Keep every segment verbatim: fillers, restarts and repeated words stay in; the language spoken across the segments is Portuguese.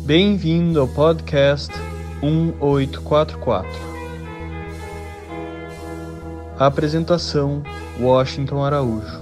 Bem-vindo ao podcast um oito quatro quatro. Apresentação: Washington Araújo.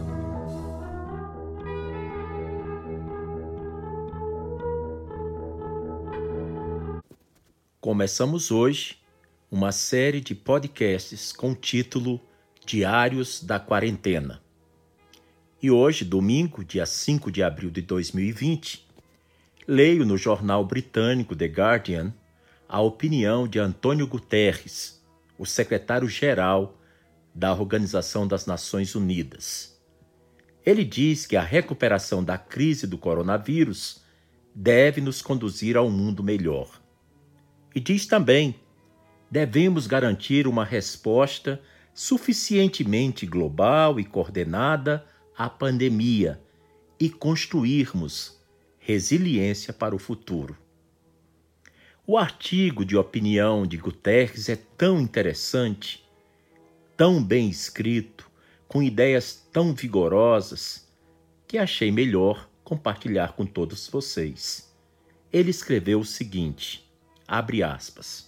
Começamos hoje uma série de podcasts com o título Diários da Quarentena. E hoje, domingo, dia cinco de abril de dois mil e vinte, leio no jornal britânico The Guardian a opinião de Antônio Guterres, o secretário-geral da Organização das Nações Unidas. Ele diz que a recuperação da crise do coronavírus deve nos conduzir a um mundo melhor. E diz também: devemos garantir uma resposta suficientemente global e coordenada à pandemia e construirmos resiliência para o futuro. O artigo de opinião de Guterres é tão interessante, tão bem escrito, com ideias tão vigorosas, que achei melhor compartilhar com todos vocês. Ele escreveu o seguinte, abre aspas: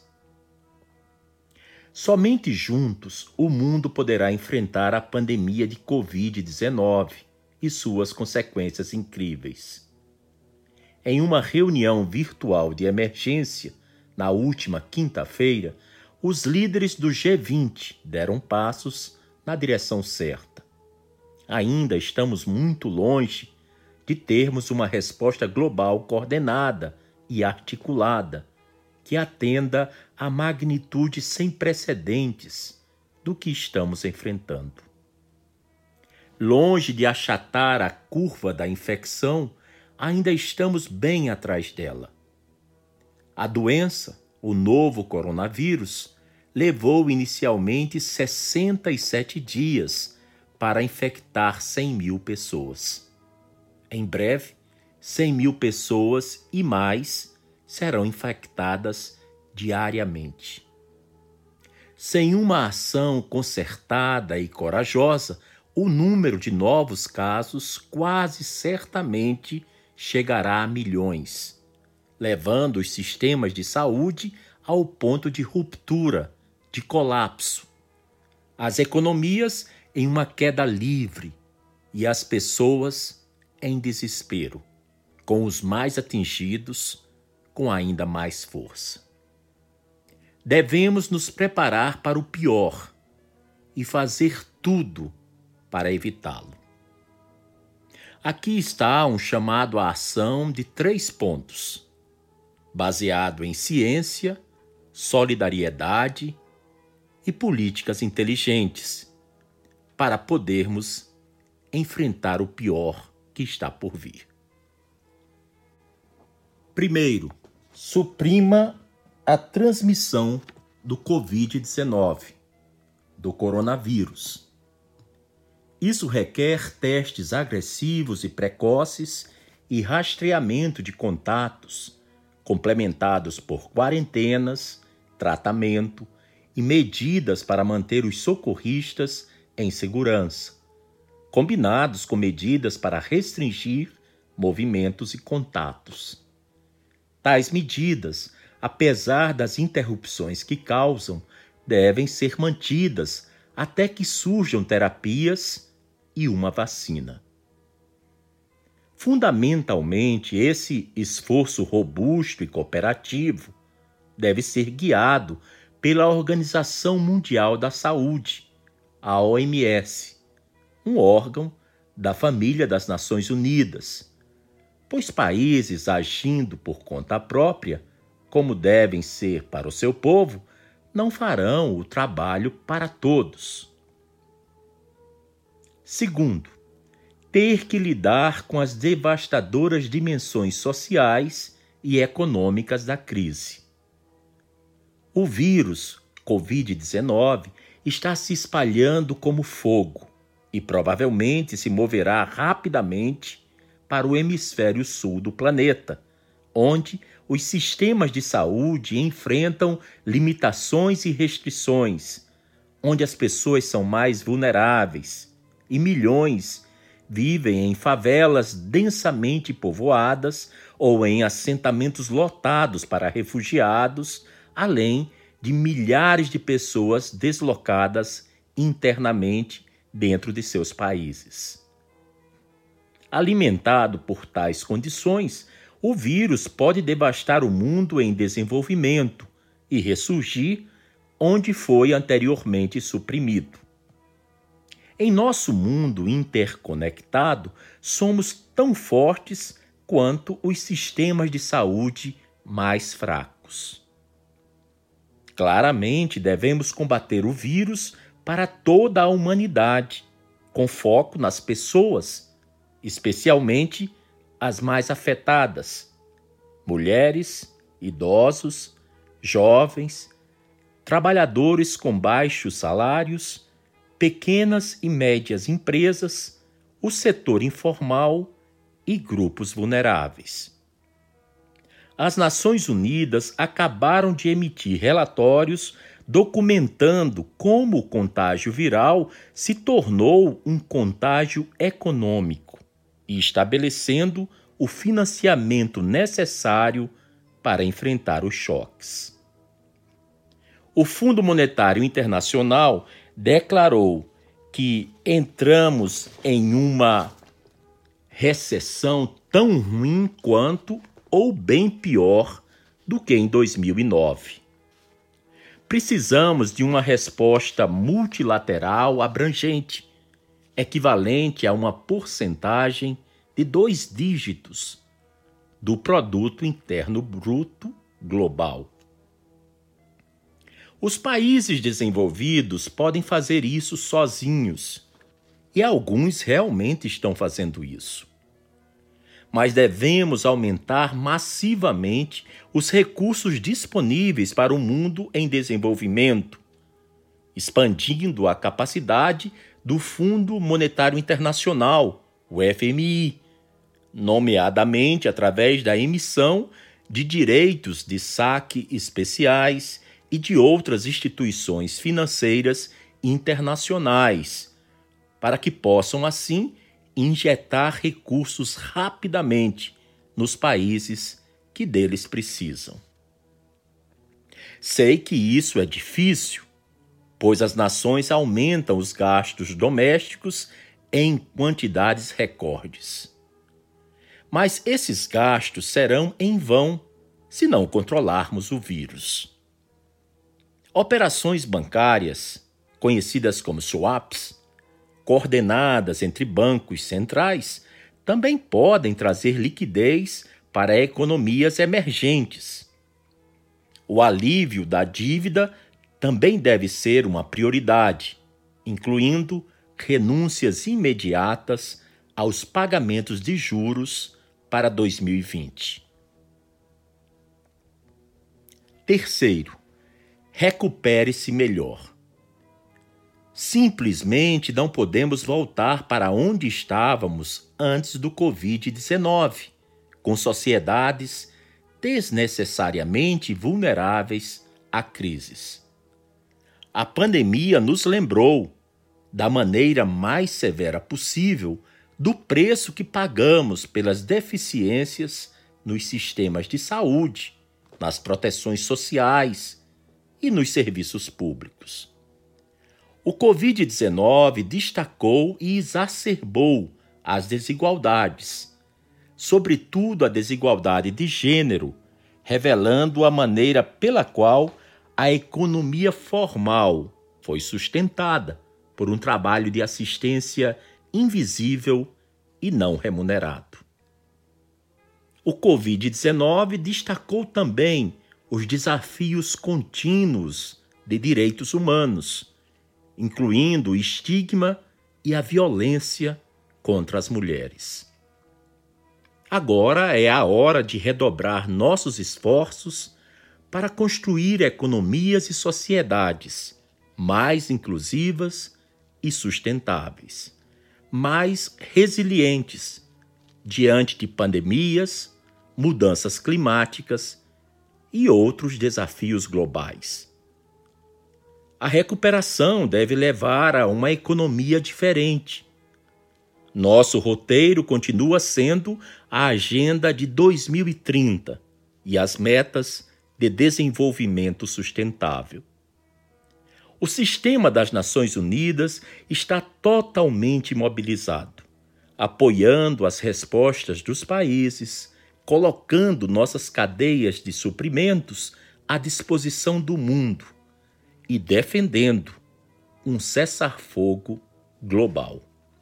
somente juntos o mundo poderá enfrentar a pandemia de covid dezenove e suas consequências incríveis. Em uma reunião virtual de emergência, na última quinta-feira, os líderes do G vinte deram passos na direção certa. Ainda estamos muito longe de termos uma resposta global coordenada e articulada, que atenda à magnitude sem precedentes do que estamos enfrentando. Longe de achatar a curva da infecção, ainda estamos bem atrás dela. A doença, o novo coronavírus, levou inicialmente sessenta e sete dias para infectar cem mil pessoas. Em breve, cem mil pessoas e mais serão infectadas diariamente. Sem uma ação concertada e corajosa, o número de novos casos quase certamente chegará a milhões, levando os sistemas de saúde ao ponto de ruptura, de colapso. As economias em uma queda livre e as pessoas em desespero, com os mais atingidos com ainda mais força. Devemos nos preparar para o pior e fazer tudo para evitá-lo. Aqui está um chamado à ação de três pontos, baseado em ciência, solidariedade e políticas inteligentes, para podermos enfrentar o pior que está por vir. Primeiro, suprima a transmissão do covid dezenove, do coronavírus. Isso requer testes agressivos e precoces e rastreamento de contatos, complementados por quarentenas, tratamento e medidas para manter os socorristas em segurança, combinados com medidas para restringir movimentos e contatos. Tais medidas, apesar das interrupções que causam, devem ser mantidas até que surjam terapias e uma vacina. Fundamentalmente, esse esforço robusto e cooperativo deve ser guiado pela Organização Mundial da Saúde, a O M S, um órgão da família das Nações Unidas, pois países agindo por conta própria, como devem ser para o seu povo, não farão o trabalho para todos. Segundo, ter que lidar com as devastadoras dimensões sociais e econômicas da crise. O vírus covid dezenove está se espalhando como fogo e provavelmente se moverá rapidamente para o hemisfério sul do planeta, onde os sistemas de saúde enfrentam limitações e restrições, onde as pessoas são mais vulneráveis e milhões vivem em favelas densamente povoadas ou em assentamentos lotados para refugiados, além de milhares de pessoas deslocadas internamente dentro de seus países. Alimentado por tais condições, o vírus pode devastar o mundo em desenvolvimento e ressurgir onde foi anteriormente suprimido. Em nosso mundo interconectado, somos tão fortes quanto os sistemas de saúde mais fracos. Claramente, devemos combater o vírus para toda a humanidade, com foco nas pessoas, especialmente as mais afetadas: mulheres, idosos, jovens, trabalhadores com baixos salários, pequenas e médias empresas, o setor informal e grupos vulneráveis. As Nações Unidas acabaram de emitir relatórios documentando como o contágio viral se tornou um contágio econômico e estabelecendo o financiamento necessário para enfrentar os choques. O Fundo Monetário Internacional declarou que entramos em uma recessão tão ruim quanto ou bem pior do que em dois mil e nove. Precisamos de uma resposta multilateral abrangente, equivalente a uma porcentagem de dois dígitos do Produto Interno Bruto global. Os países desenvolvidos podem fazer isso sozinhos, e alguns realmente estão fazendo isso. Mas devemos aumentar massivamente os recursos disponíveis para o mundo em desenvolvimento, expandindo a capacidade do Fundo Monetário Internacional, o F M I, nomeadamente através da emissão de direitos de saque especiais e de outras instituições financeiras internacionais, para que possam, assim, injetar recursos rapidamente nos países que deles precisam. Sei que isso é difícil, pois as nações aumentam os gastos domésticos em quantidades recordes. Mas esses gastos serão em vão se não controlarmos o vírus. Operações bancárias, conhecidas como swaps, coordenadas entre bancos centrais, também podem trazer liquidez para economias emergentes. O alívio da dívida também deve ser uma prioridade, incluindo renúncias imediatas aos pagamentos de juros para dois mil e vinte. Terceiro, recupere-se melhor. Simplesmente não podemos voltar para onde estávamos antes do covid dezenove, com sociedades desnecessariamente vulneráveis a crises. A pandemia nos lembrou, da maneira mais severa possível, do preço que pagamos pelas deficiências nos sistemas de saúde, nas proteções sociais e nos serviços públicos. O covid dezenove destacou e exacerbou as desigualdades, sobretudo a desigualdade de gênero, revelando a maneira pela qual a economia formal foi sustentada por um trabalho de assistência invisível e não remunerado. O covid dezenove destacou também os desafios contínuos de direitos humanos, incluindo o estigma e a violência contra as mulheres. Agora é a hora de redobrar nossos esforços para construir economias e sociedades mais inclusivas e sustentáveis, mais resilientes diante de pandemias, mudanças climáticas e outros desafios globais. A recuperação deve levar a uma economia diferente. Nosso roteiro continua sendo a Agenda de dois mil e trinta e as metas de desenvolvimento sustentável. O sistema das Nações Unidas está totalmente mobilizado, apoiando as respostas dos países, colocando nossas cadeias de suprimentos à disposição do mundo e defendendo um cessar-fogo global.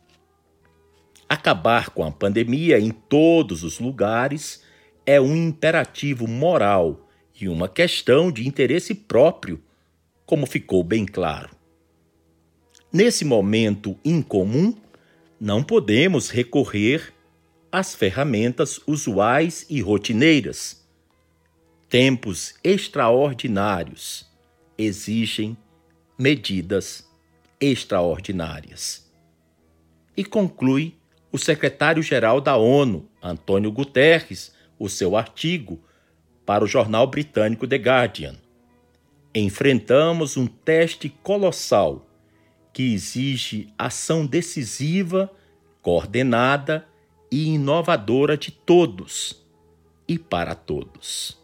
Acabar com a pandemia em todos os lugares é um imperativo moral e uma questão de interesse próprio, como ficou bem claro. Nesse momento incomum, não podemos recorrer às ferramentas usuais e rotineiras. Tempos extraordinários exigem medidas extraordinárias. E conclui o secretário-geral da ONU, Antônio Guterres, o seu artigo para o jornal britânico The Guardian. Enfrentamos um teste colossal que exige ação decisiva, coordenada e inovadora de todos e para todos.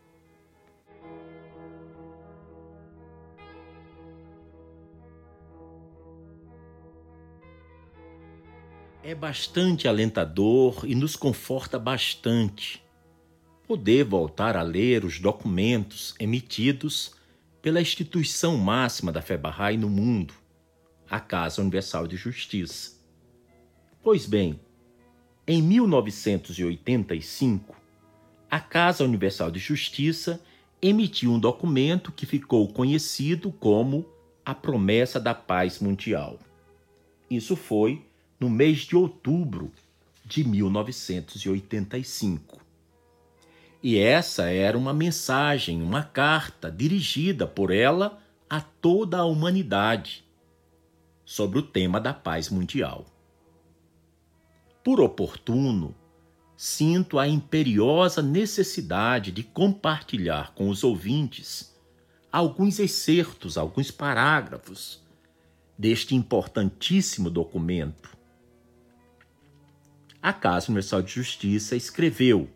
É bastante alentador e nos conforta bastante poder voltar a ler os documentos emitidos pela instituição máxima da fé Bahá'í no mundo, a Casa Universal de Justiça. Pois bem, em mil novecentos e oitenta e cinco, a Casa Universal de Justiça emitiu um documento que ficou conhecido como a Promessa da Paz Mundial. Isso foi no mês de outubro de mil novecentos e oitenta e cinco. E essa era uma mensagem, uma carta dirigida por ela a toda a humanidade sobre o tema da paz mundial. Por oportuno, sinto a imperiosa necessidade de compartilhar com os ouvintes alguns excertos, alguns parágrafos deste importantíssimo documento. A Casa Universal de Justiça escreveu,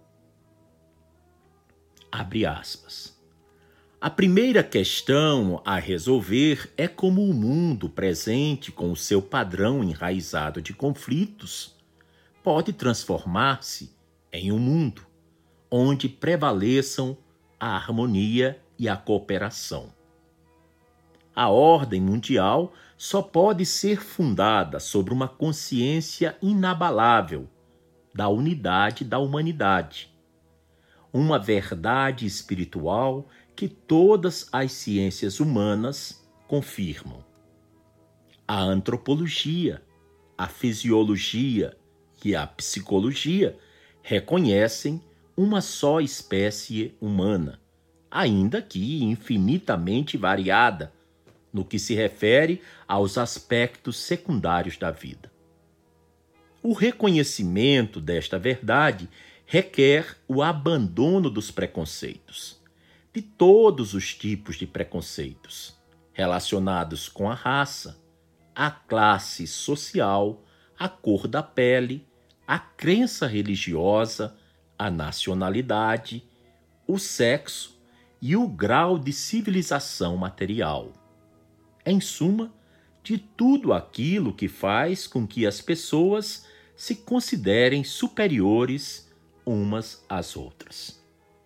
abre aspas, a primeira questão a resolver é como o mundo presente, com o seu padrão enraizado de conflitos, pode transformar-se em um mundo onde prevaleçam a harmonia e a cooperação. A ordem mundial só pode ser fundada sobre uma consciência inabalável da unidade da humanidade, uma verdade espiritual que todas as ciências humanas confirmam. A antropologia, a fisiologia e a psicologia reconhecem uma só espécie humana, ainda que infinitamente variada, no que se refere aos aspectos secundários da vida. O reconhecimento desta verdade requer o abandono dos preconceitos, de todos os tipos de preconceitos, relacionados com a raça, a classe social, a cor da pele, a crença religiosa, a nacionalidade, o sexo e o grau de civilização material. Em suma, de tudo aquilo que faz com que as pessoas se considerem superiores umas às outras.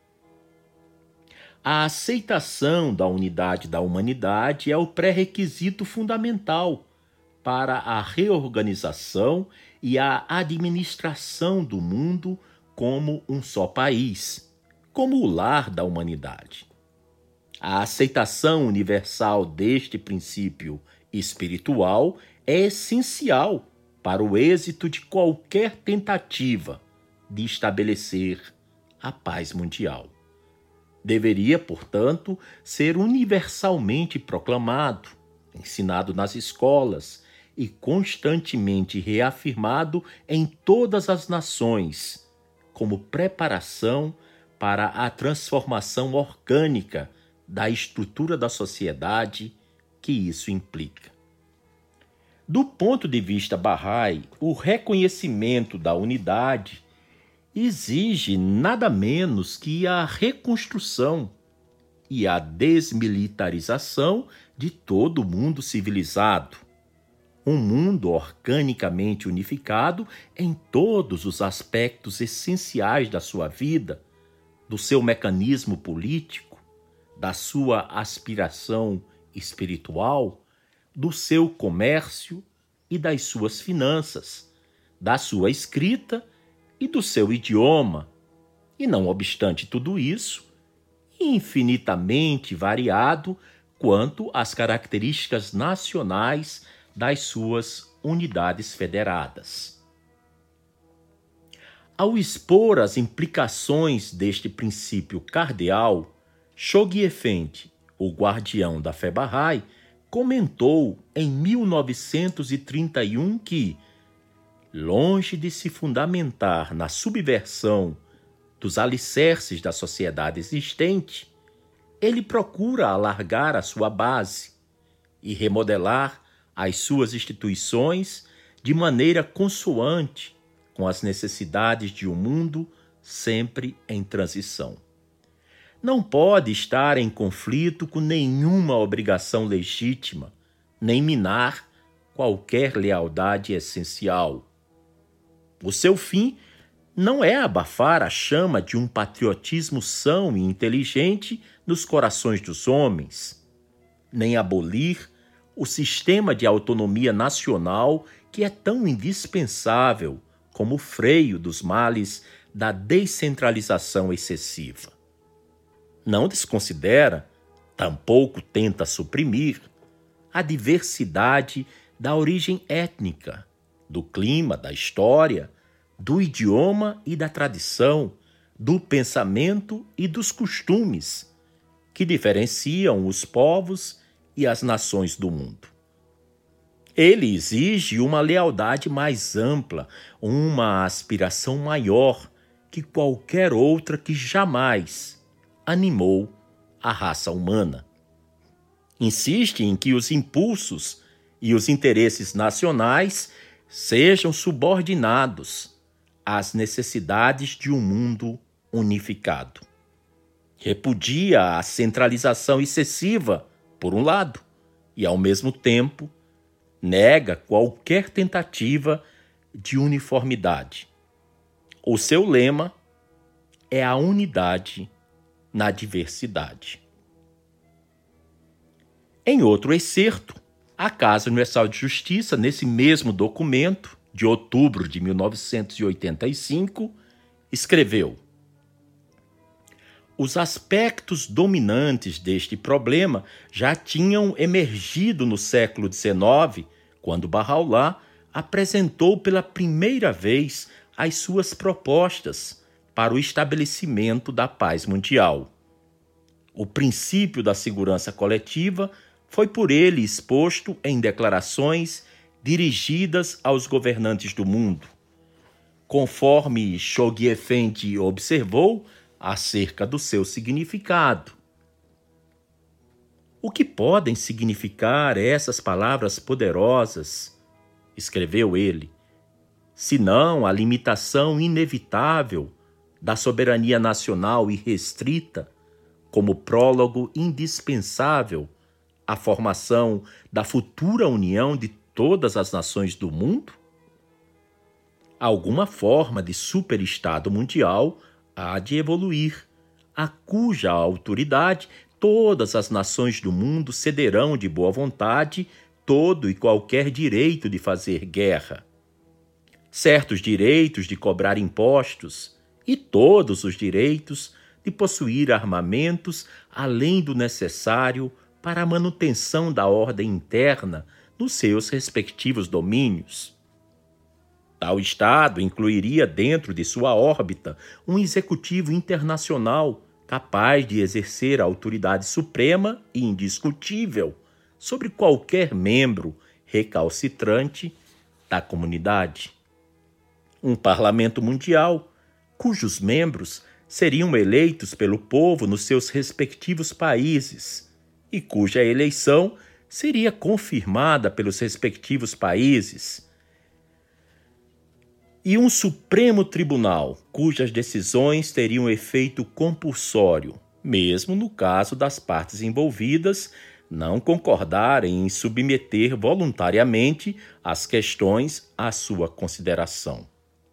A aceitação da unidade da humanidade é o pré-requisito fundamental para a reorganização e a administração do mundo como um só país, como o lar da humanidade. A aceitação universal deste princípio espiritual é essencial para o êxito de qualquer tentativa de estabelecer a paz mundial. Deveria, portanto, ser universalmente proclamado, ensinado nas escolas e constantemente reafirmado em todas as nações, como preparação para a transformação orgânica da estrutura da sociedade que isso implica. Do ponto de vista Bahá'í, o reconhecimento da unidade exige nada menos que a reconstrução e a desmilitarização de todo o mundo civilizado. Um mundo organicamente unificado em todos os aspectos essenciais da sua vida, do seu mecanismo político, da sua aspiração espiritual, do seu comércio e das suas finanças, da sua escrita e do seu idioma, e não obstante tudo isso, infinitamente variado quanto às características nacionais das suas unidades federadas. Ao expor as implicações deste princípio cardeal, Shoghi Effendi, o guardião da fé Bahá'í, comentou em mil novecentos e trinta e um que, longe de se fundamentar na subversão dos alicerces da sociedade existente, ele procura alargar a sua base e remodelar as suas instituições de maneira consoante com as necessidades de um mundo sempre em transição. Não pode estar em conflito com nenhuma obrigação legítima, nem minar qualquer lealdade essencial. O seu fim não é abafar a chama de um patriotismo são e inteligente nos corações dos homens, nem abolir o sistema de autonomia nacional que é tão indispensável como o freio dos males da descentralização excessiva. Não desconsidera, tampouco tenta suprimir, a diversidade da origem étnica, do clima, da história, do idioma e da tradição, do pensamento e dos costumes, que diferenciam os povos e as nações do mundo. Ele exige uma lealdade mais ampla, uma aspiração maior que qualquer outra que jamais animou a raça humana. Insiste em que os impulsos e os interesses nacionais sejam subordinados às necessidades de um mundo unificado. Repudia a centralização excessiva, por um lado, e, ao mesmo tempo, nega qualquer tentativa de uniformidade. O seu lema é a unidade na diversidade. Em outro excerto, a Casa Universal de Justiça, nesse mesmo documento, de outubro de mil novecentos e oitenta e cinco, escreveu: os aspectos dominantes deste problema já tinham emergido no século dezenove, quando Bahá'u'lláh apresentou pela primeira vez as suas propostas para o estabelecimento da paz mundial. O princípio da segurança coletiva foi por ele exposto em declarações dirigidas aos governantes do mundo. Conforme Shoghi Effendi observou acerca do seu significado. O que podem significar essas palavras poderosas, escreveu ele, senão a limitação inevitável da soberania nacional irrestrita como prólogo indispensável à formação da futura união de todas as nações do mundo? Alguma forma de superestado mundial há de evoluir, a cuja autoridade todas as nações do mundo cederão de boa vontade todo e qualquer direito de fazer guerra. Certos direitos de cobrar impostos e todos os direitos de possuir armamentos além do necessário para a manutenção da ordem interna nos seus respectivos domínios. Tal Estado incluiria dentro de sua órbita um executivo internacional capaz de exercer a autoridade suprema e indiscutível sobre qualquer membro recalcitrante da comunidade. Um parlamento mundial, cujos membros seriam eleitos pelo povo nos seus respectivos países e cuja eleição seria confirmada pelos respectivos países e um Supremo Tribunal, cujas decisões teriam efeito compulsório, mesmo no caso das partes envolvidas não concordarem em submeter voluntariamente as questões à sua consideração.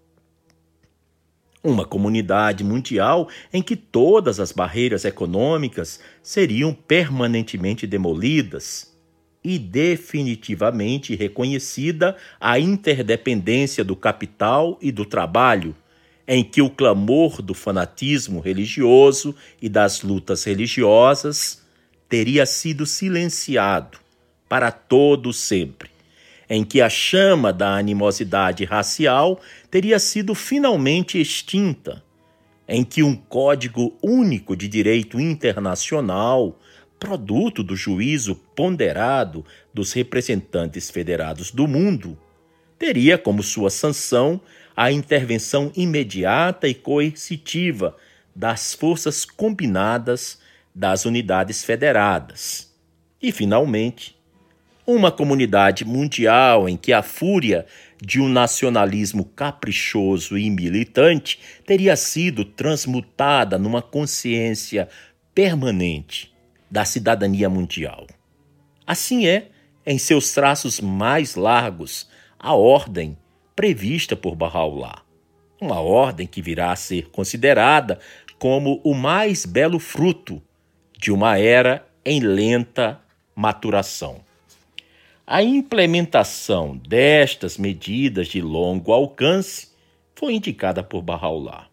Uma comunidade mundial em que todas as barreiras econômicas seriam permanentemente demolidas e definitivamente reconhecida a interdependência do capital e do trabalho, em que o clamor do fanatismo religioso e das lutas religiosas teria sido silenciado para todo sempre, em que a chama da animosidade racial teria sido finalmente extinta, em que um código único de direito internacional, produto do juízo ponderado dos representantes federados do mundo, teria como sua sanção a intervenção imediata e coercitiva das forças combinadas das unidades federadas. E, finalmente, uma comunidade mundial em que a fúria de um nacionalismo caprichoso e militante teria sido transmutada numa consciência permanente da cidadania mundial. Assim é, em seus traços mais largos, a ordem prevista por Bahá'u'lláh, uma ordem que virá a ser considerada como o mais belo fruto de uma era em lenta maturação. A implementação destas medidas de longo alcance foi indicada por Bahá'u'lláh.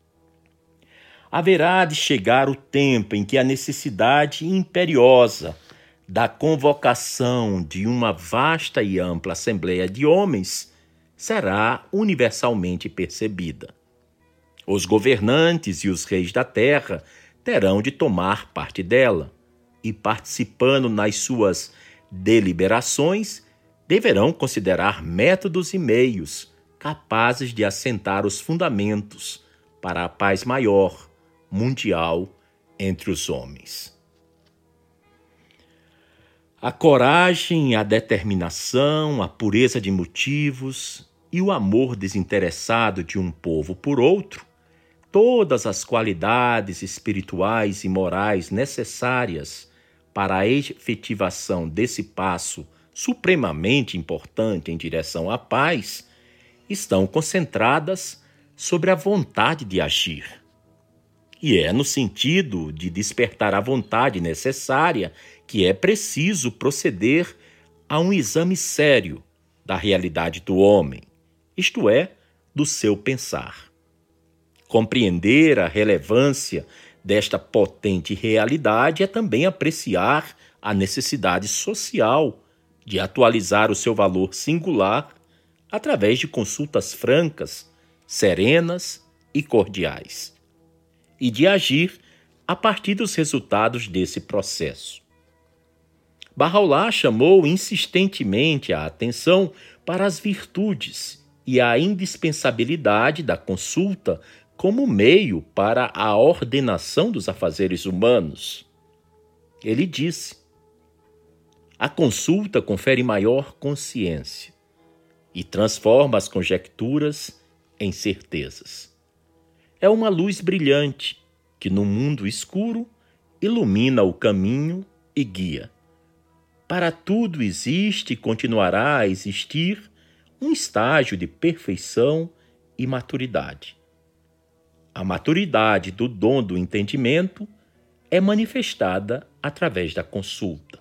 Haverá de chegar o tempo em que a necessidade imperiosa da convocação de uma vasta e ampla assembleia de homens será universalmente percebida. Os governantes e os reis da terra terão de tomar parte dela e, participando nas suas deliberações, deverão considerar métodos e meios capazes de assentar os fundamentos para a paz maior, mundial, entre os homens. A coragem, a determinação, a pureza de motivos e o amor desinteressado de um povo por outro, todas as qualidades espirituais e morais necessárias para a efetivação desse passo supremamente importante em direção à paz, estão concentradas sobre a vontade de agir. E é no sentido de despertar a vontade necessária que é preciso proceder a um exame sério da realidade do homem, isto é, do seu pensar. Compreender a relevância desta potente realidade é também apreciar a necessidade social de atualizar o seu valor singular através de consultas francas, serenas e cordiais, e de agir a partir dos resultados desse processo. Bahá'u'lláh chamou insistentemente a atenção para as virtudes e a indispensabilidade da consulta como meio para a ordenação dos afazeres humanos. Ele disse: a consulta confere maior consciência e transforma as conjecturas em certezas. É uma luz brilhante que, no mundo escuro, ilumina o caminho e guia. Para tudo existe e continuará a existir um estágio de perfeição e maturidade. A maturidade do dom do entendimento é manifestada através da consulta.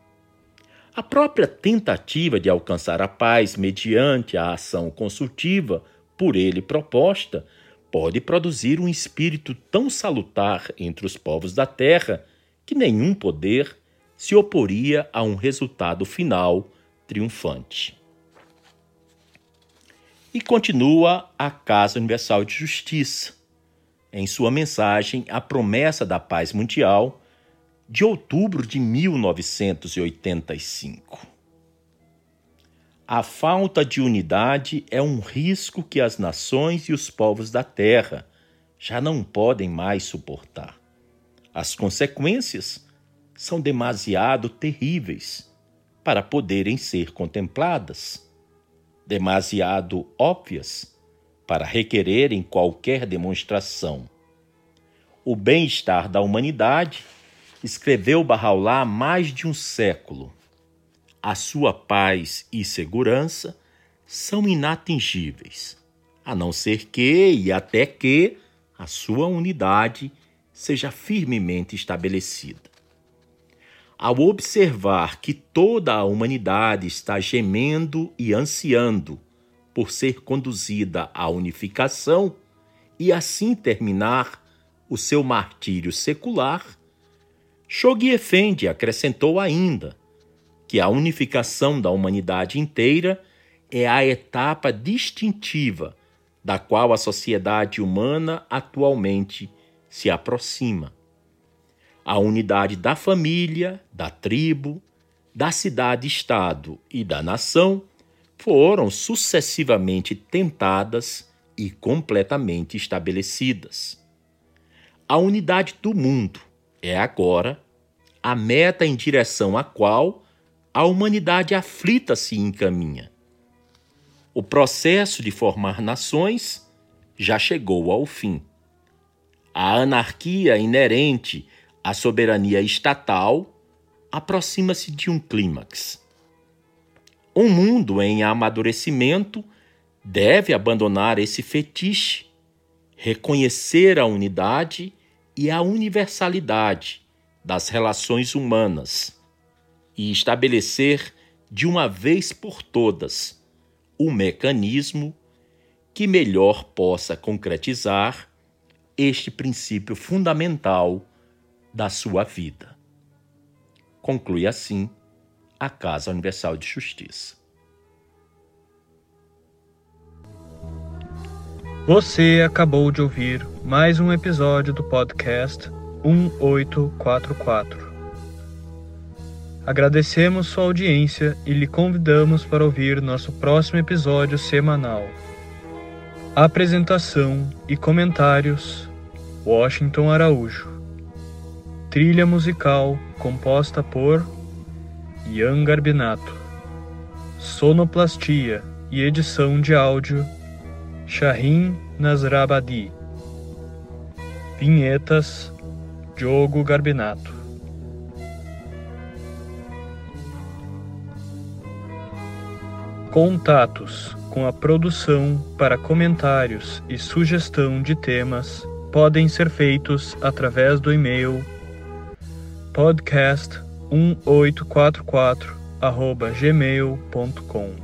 A própria tentativa de alcançar a paz mediante a ação consultiva por ele proposta pode produzir um espírito tão salutar entre os povos da terra que nenhum poder se oporia a um resultado final triunfante. E continua a Casa Universal de Justiça, em sua mensagem A Promessa da Paz Mundial, de outubro de mil novecentos e oitenta e cinco. A falta de unidade é um risco que as nações e os povos da terra já não podem mais suportar. As consequências são demasiado terríveis para poderem ser contempladas, demasiado óbvias para requererem qualquer demonstração. O bem-estar da humanidade, escreveu Bahá'u'lláh há mais de um século. A sua paz e segurança são inatingíveis, a não ser que e até que a sua unidade seja firmemente estabelecida. Ao observar que toda a humanidade está gemendo e ansiando por ser conduzida à unificação e assim terminar o seu martírio secular, Shoghi Effendi acrescentou ainda que a unificação da humanidade inteira é a etapa distintiva da qual a sociedade humana atualmente se aproxima. A unidade da família, da tribo, da cidade-estado e da nação foram sucessivamente tentadas e completamente estabelecidas. A unidade do mundo é agora a meta em direção à qual a humanidade aflita se encaminha. O processo de formar nações já chegou ao fim. A anarquia inerente à soberania estatal aproxima-se de um clímax. Um mundo em amadurecimento deve abandonar esse fetiche, reconhecer a unidade e a universalidade das relações humanas e estabelecer de uma vez por todas o mecanismo que melhor possa concretizar este princípio fundamental da sua vida. Conclui assim a Casa Universal de Justiça. Você acabou de ouvir mais um episódio do podcast um oito quatro quatro. Agradecemos sua audiência e lhe convidamos para ouvir nosso próximo episódio semanal. Apresentação e comentários: Washington Araújo. Trilha musical composta por Ian Garbinato. Sonoplastia e edição de áudio Shahin Nasrabadi. Vinhetas Diogo Garbinato. Contatos com a produção para comentários e sugestão de temas podem ser feitos através do e-mail podcast um oito quatro quatro arroba gmail ponto com.